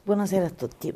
Buonasera a tutti.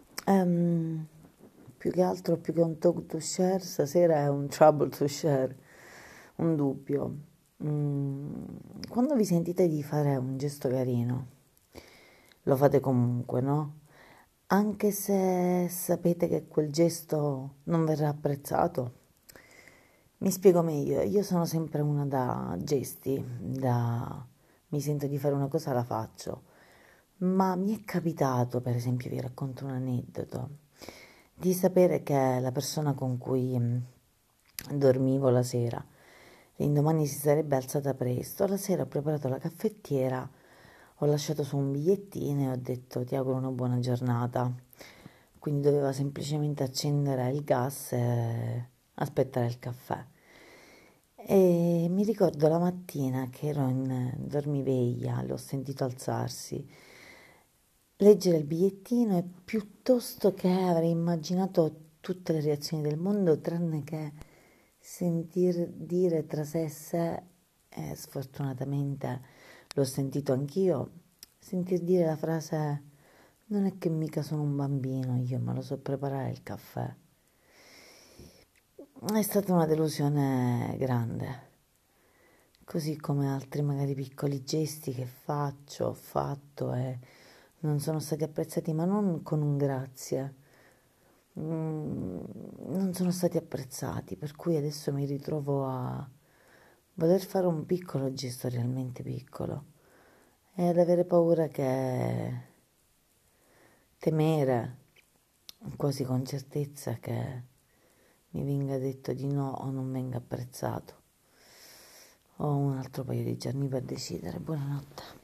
Più che altro, più che un talk to share, stasera è un trouble to share, un dubbio. Mm, Quando vi sentite di fare un gesto carino, lo fate comunque, no? Anche se sapete che quel gesto non verrà apprezzato. Mi spiego meglio, io sono sempre una da gesti, mi sento di fare una cosa, la faccio. Ma mi è capitato, per esempio, vi racconto un aneddoto, di sapere che la persona con cui dormivo la sera, l'indomani si sarebbe alzata presto, la sera ho preparato la caffettiera, ho lasciato su un bigliettino e ho detto ti auguro una buona giornata. Quindi doveva semplicemente accendere il gas e aspettare il caffè. E mi ricordo la mattina che ero in dormiveglia, l'ho sentito alzarsi, leggere il bigliettino e piuttosto che avrei immaginato tutte le reazioni del mondo, tranne che sentir dire tra sé e sé, e sfortunatamente l'ho sentito anch'io, sentir dire la frase non è che mica sono un bambino, io me lo so preparare il caffè. È stata una delusione grande, così come altri magari piccoli gesti che ho fatto e non sono stati apprezzati, ma non con un grazie. Non sono stati apprezzati, per cui adesso mi ritrovo a voler fare un piccolo gesto realmente piccolo e ad avere paura che temere, quasi con certezza, che mi venga detto di no o non venga apprezzato. Ho un altro paio di giorni per decidere. Buonanotte.